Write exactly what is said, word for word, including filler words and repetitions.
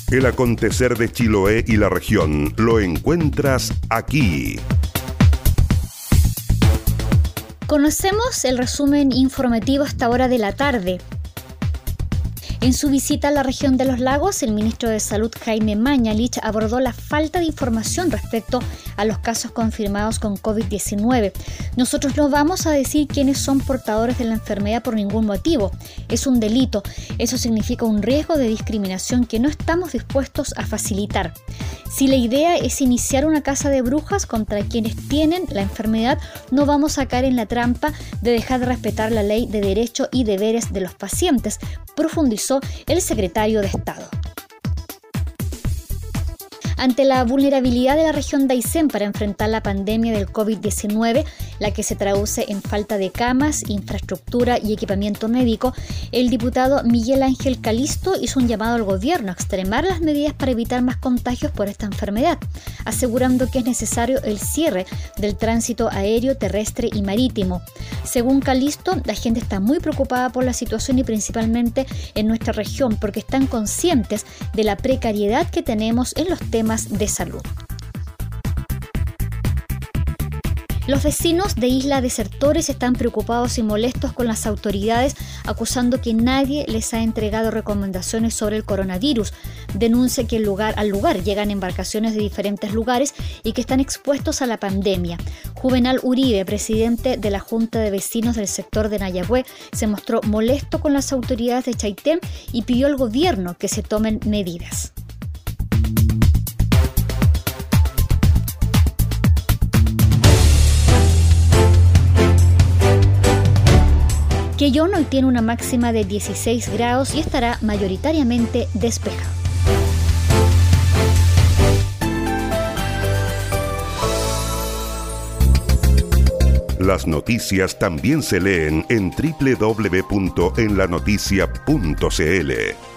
El acontecer de Chiloé y la región lo encuentras aquí. Conocemos el resumen informativo a esta hora de la tarde. En su visita a la región de los lagos, el ministro de Salud, Jaime Mañalich, abordó la falta de información respecto a los casos confirmados con covid diecinueve. Nosotros no vamos a decir quiénes son portadores de la enfermedad por ningún motivo. Es un delito. Eso significa un riesgo de discriminación que no estamos dispuestos a facilitar. Si la idea es iniciar una caza de brujas contra quienes tienen la enfermedad, no vamos a caer en la trampa de dejar de respetar la ley de derechos y deberes de los pacientes, profundizó el secretario de Estado. Ante la vulnerabilidad de la región de Aysén para enfrentar la pandemia del covid diecinueve, la que se traduce en falta de camas, infraestructura y equipamiento médico, el diputado Miguel Ángel Calisto hizo un llamado al gobierno a extremar las medidas para evitar más contagios por esta enfermedad, asegurando que es necesario el cierre del tránsito aéreo, terrestre y marítimo. Según Calisto, la gente está muy preocupada por la situación y principalmente en nuestra región porque están conscientes de la precariedad que tenemos en los temas de salud. Los vecinos de Isla Desertores están preocupados y molestos con las autoridades, acusando que nadie les ha entregado recomendaciones sobre el coronavirus. Denuncia que el lugar, al lugar llegan embarcaciones de diferentes lugares y que están expuestos a la pandemia. Juvenal Uribe, presidente de la Junta de Vecinos del sector de Nayagüe, se mostró molesto con las autoridades de Chaitén y pidió al gobierno que se tomen medidas. Quellón hoy tiene una máxima de dieciséis grados y estará mayoritariamente despejado. Las noticias también se leen en doble u doble u doble u punto en la noticia punto c l.